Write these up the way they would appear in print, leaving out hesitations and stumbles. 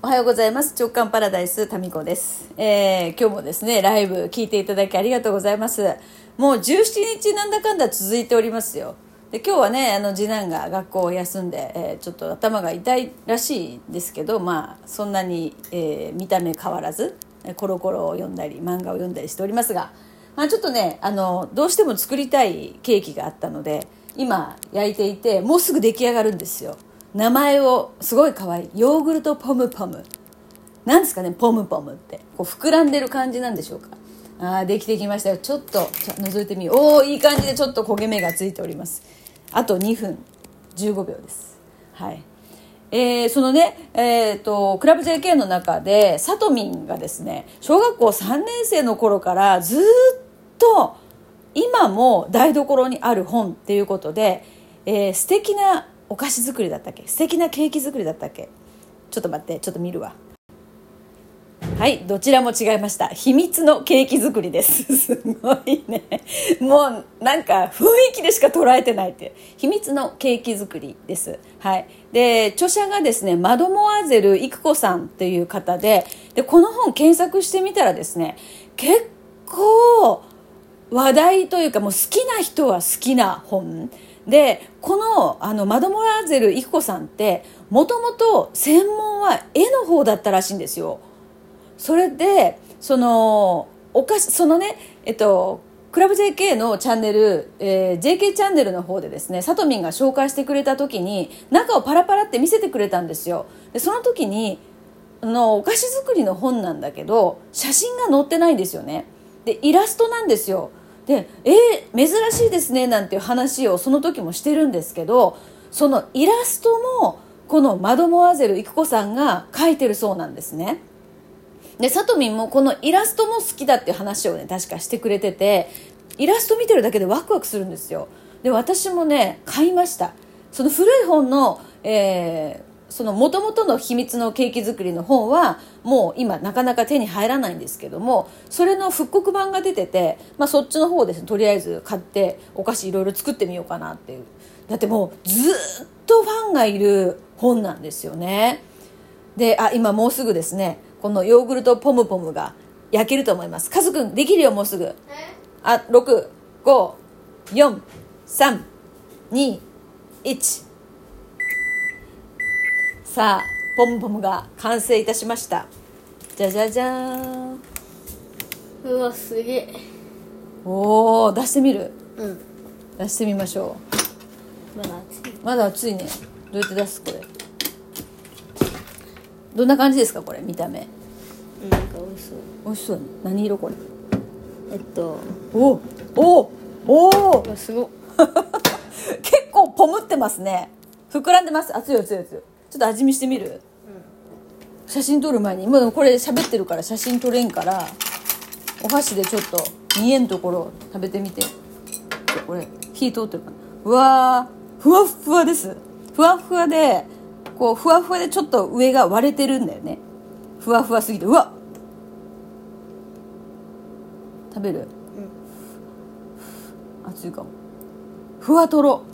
おはようございます。直感パラダイスタミコです。今日もですねライブ聞いていただきありがとうございます。もう17日なんだかんだ続いておりますよ。で今日はね次男が学校を休んで、ちょっと頭が痛いらしいんですけど、まあそんなに、見た目変わらずコロコロを読んだり漫画を読んだりしておりますが、まあ、ちょっとねどうしても作りたいケーキがあったので今焼いていて、もうすぐ出来上がるんですよ。名前をすごい可愛いヨーグルトポムポムなんですかね。ポムポムってこう膨らんでる感じなんでしょうか。できてきましたよ。ちょっと覗いてみよう。いい感じでちょっと焦げ目がついております。あと2分15秒です。はい。そのね、クラブ JK の中でさとみんがですね小学校3年生の頃からずっと今も台所にある本っていうことで、素敵なお菓子作りだったっけ、素敵なケーキ作りだったっけ。ちょっと待って、ちょっと見るわ。はい、どちらも違いました。秘密のケーキ作りですすごいね、もうなんか雰囲気でしか捉えてないって秘密のケーキ作りです。はい。で著者がですねマドモアゼル育子さんっていう方で、この本検索してみたらですね結構話題というかもう好きな人は好きな本で、このマドモアゼル育子さんってもともと専門は絵の方だったらしいんですよ。それでそのねクラブ JK のチャンネル、JK チャンネルの方でですねさとみんが紹介してくれた時に中をパラパラって見せてくれたんですよ。でその時にお菓子作りの本なんだけど写真が載ってないんですよね。でイラストなんですよ。で珍しいですねなんていう話をその時もしてるんですけど、そのイラストもこのマドモアゼル育子さんが描いてるそうなんですね。でさとみんもこのイラストも好きだっていう話をね確かしてくれてて、イラスト見てるだけでワクワクするんですよ。で私もね買いました。その古い本の、その元々の秘密のケーキ作りの本はもう今なかなか手に入らないんですけども、それの復刻版が出てて、そっちの方ですねとりあえず買ってお菓子いろいろ作ってみようかなっていう。だってもうずっとファンがいる本なんですよね。で今もうすぐですねこのヨーグルトポムポムが焼けると思います。カズくんできるよもうすぐ。6、5、4、3、2、1。さあポムポムが完成いたしました。じゃじゃじゃーん。 うわすげえ。 おー出してみる。 うん出してみましょまだ熱い。 う。まだ熱いね。どうやって出すこれ。どんな感じですかこれ見た目。 なんか美味しそう。 美味しそうね。何色これ。 おおうわすごっ結構ポムってますね。膨らんでます。熱い熱い熱い。ちょっと味見してみる、写真撮る前に。もうでもこれ喋ってるから写真撮れんから、お箸でちょっと見えんところを食べてみて。これ火通ってるかな。うわーふわふわです。ふわふわでこうふわふわでちょっと上が割れてるんだよね。ふわふわすぎて。うわ食べる、熱いかも。ふわとろ。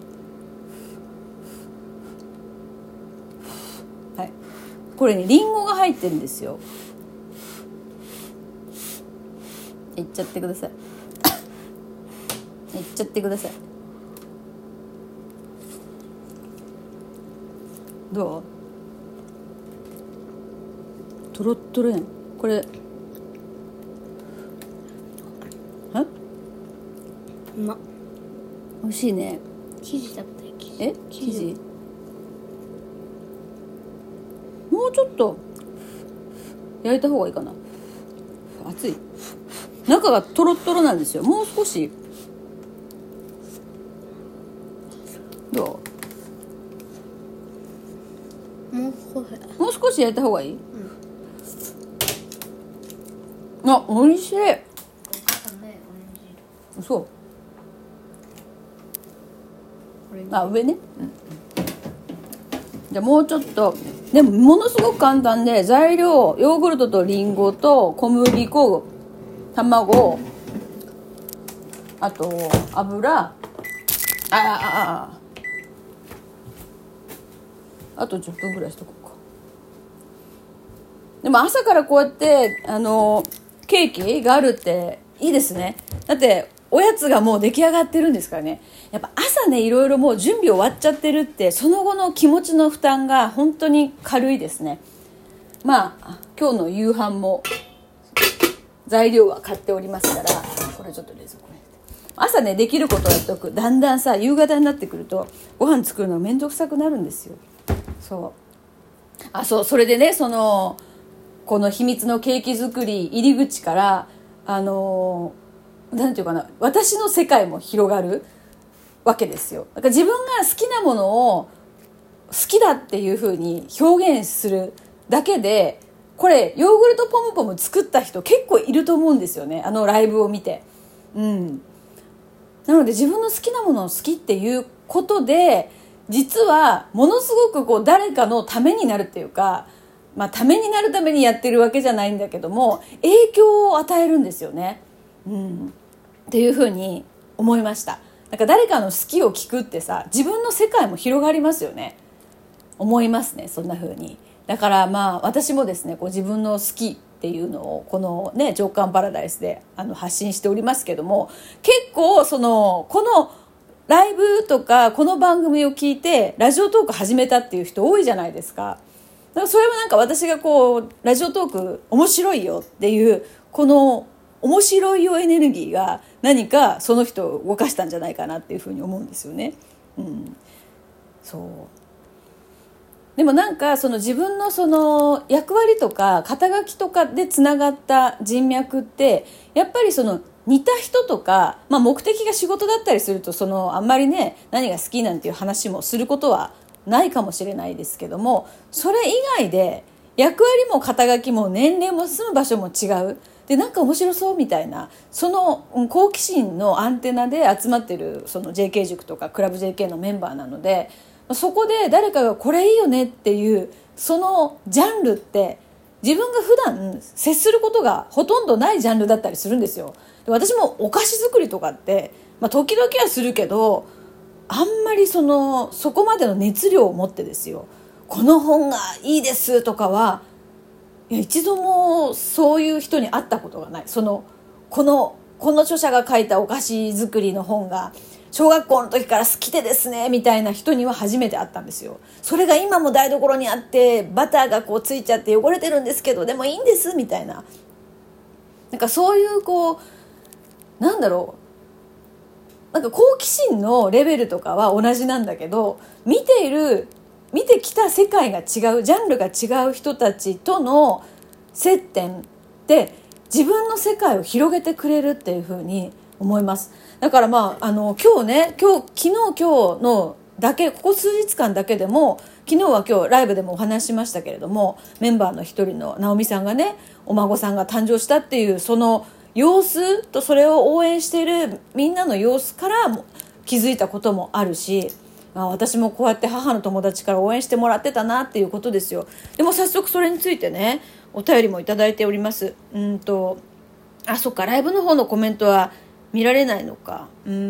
はい、これねリンゴが入ってるんですよ。いっちゃってくださいいっちゃってください。どう？トロットロやんこれ。 うまっ。 美味しいね。 生地食べたい。 生地もうちょっと焼いた方がいいかな。熱い。中がトロットロなんですよ。もう少しどもう少し焼いた方がいい、美味しい。そう上ね、じゃあもうちょっと。でもものすごく簡単で、材料ヨーグルトとリンゴと小麦粉、卵、あと油、あと10分ぐらいしとこうか。 でも朝からこうやってケーキがあるっていいですね。だっておやつがもう出来上がってるんですからね。やっぱ朝ねいろいろもう準備終わっちゃってるって、その後の気持ちの負担が本当に軽いですね。まあ今日の夕飯も材料は買っておりますから、これちょっと冷蔵庫に朝ねできることをやっておく。だんだんさ夕方になってくるとご飯作るのめんどくさくなるんですよ。それでね、この秘密のケーキ作り入り口からなんていうかな、私の世界も広がるわけですよ。だから自分が好きなものを好きだっていう風に表現するだけで、これヨーグルトポムポム作った人結構いると思うんですよね、ライブを見て。なので自分の好きなものを好きっていうことで、実はものすごく誰かのためになるっていうか、ためになるためにやってるわけじゃないんだけども、影響を与えるんですよね。っていうふうに思いました。なんか誰かの好きを聞くってさ、自分の世界も広がりますよね。思いますね、そんなふうに。だから私もですね、自分の好きっていうのをこのね直感パラダイスで発信しておりますけども、結構このライブとかこの番組を聞いてラジオトーク始めたっていう人多いじゃないですか。だからそれもなんか私がラジオトーク面白いよっていうこの面白いよエネルギーが何かその人を動かしたんじゃないかなっていうふうに思うんですよね。でもなんか自分の役割とか肩書きとかでつながった人脈ってやっぱり似た人とか、目的が仕事だったりするとあんまりね何が好きなんていう話もすることはないかもしれないですけども、それ以外で役割も肩書きも年齢も住む場所も違うで、なんか面白そうみたいな好奇心のアンテナで集まってるJK 塾とかクラブ JK のメンバーなので、そこで誰かがこれいいよねっていうそのジャンルって自分が普段接することがほとんどないジャンルだったりするんですよ。で私もお菓子作りとかって、時々はするけど、あんまりそこまでの熱量を持ってですよ、この本がいいですとかはいや一度もそういう人に会ったことがない。この著者が書いたお菓子作りの本が小学校の時から好きでですねみたいな人には初めて会ったんですよ。それが今も台所にあってバターがついちゃって汚れてるんですけどでもいいんですみたいな、なんかそういうなんだろう、なんか好奇心のレベルとかは同じなんだけど、見てきた世界が違う、ジャンルが違う人たちとの接点で自分の世界を広げてくれるっていう風に思います。だから昨日のだけ、ここ数日間だけでも、昨日は今日ライブでもお話ししましたけれども、メンバーの一人の直美さんがね、お孫さんが誕生したっていうその様子と、それを応援しているみんなの様子からも気づいたこともあるし、私もこうやって母の友達から応援してもらってたなっていうことですよ。でも早速それについてねお便りもいただいております。そっか、ライブの方のコメントは見られないのか。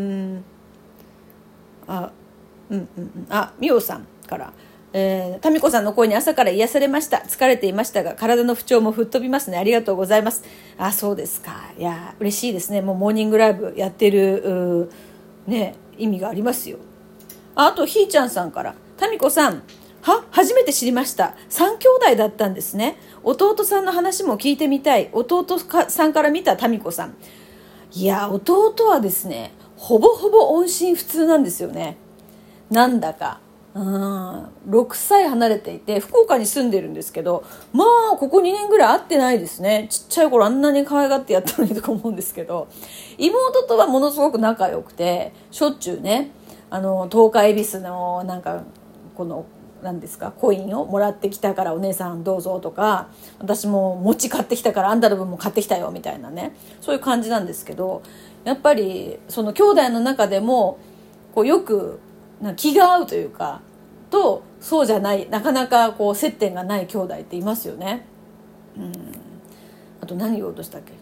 みおさんからタミコさんの声に朝から癒されました。疲れていましたが体の不調も吹っ飛びますね。ありがとうございます。そうですか。いや嬉しいですね。もうモーニングライブやってる意味がありますよ。あとひーちゃんさんから、タミコさん初めて知りました。3兄弟だったんですね。弟さんの話も聞いてみたい。弟さんから見たタミコさん。いや弟はですねほぼほぼ音信不通なんですよね。なんだか6歳離れていて福岡に住んでるんですけど、ここ2年ぐらい会ってないですね。ちっちゃい頃あんなに可愛がってやったのにとか思うんですけど、妹とはものすごく仲良くて、しょっちゅうね東海恵比寿の何ですかコインをもらってきたからお姉さんどうぞとか、私も餅買ってきたからあんたの分も買ってきたよみたいなね、そういう感じなんですけど、やっぱりその兄弟の中でもよく気が合うというかと、そうじゃない、なかなか接点がない兄弟っていますよね。あと何を言おうとしたっけ。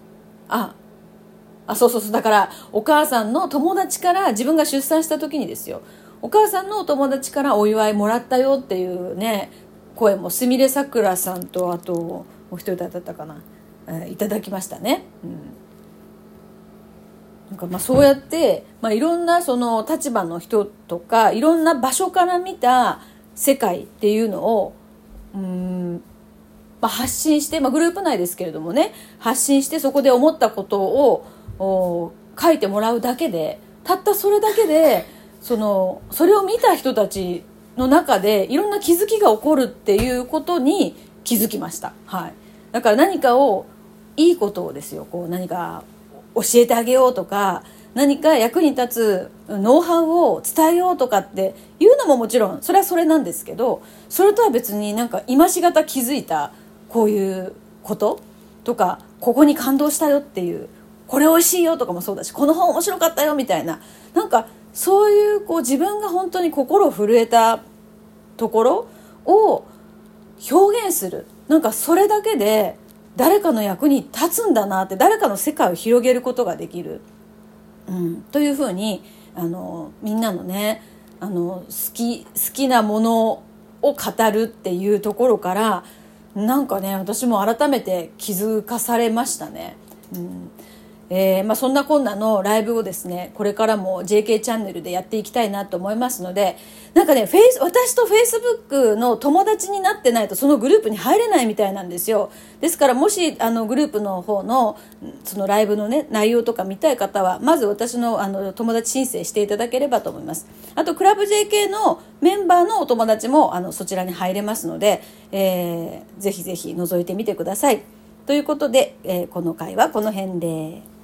そうだからお母さんの友達から自分が出産した時にですよ、お母さんのお友達からお祝いもらったよっていうね声もすみれさくらさんとあともう一人だったかな、いただきましたね。なんかそうやって、いろんなその立場の人とかいろんな場所から見た世界っていうのを発信して、グループ内ですけれどもね、発信してそこで思ったことを書いてもらうだけで、たったそれだけでそれを見た人たちの中でいろんな気づきが起こるっていうことに気づきました。だから何かいいことをですよ、何か教えてあげようとか、何か役に立つノウハウを伝えようとかっていうのももちろんそれはそれなんですけど、それとは別になんか今しがた気づいたこういうこととか、ここに感動したよっていう、これ美味しいよとかもそうだし、この本面白かったよみたいな、なんかそういう自分が本当に心震えたところを表現する、なんかそれだけで誰かの役に立つんだなって、誰かの世界を広げることができる、というふうにみんなのね好きなものを語るっていうところからなんかね、私も改めて気づかされましたね。そんなこんなのライブをですね、これからも JK チャンネルでやっていきたいなと思いますので、なんかね私と Facebook の友達になってないとそのグループに入れないみたいなんですよ。ですからもしグループの方のそのライブのね内容とか見たい方は、まず私の友達申請していただければと思います。あとクラブ JK のメンバーのお友達もそちらに入れますので、ぜひぜひ覗いてみてください。ということで、この回はこの辺で。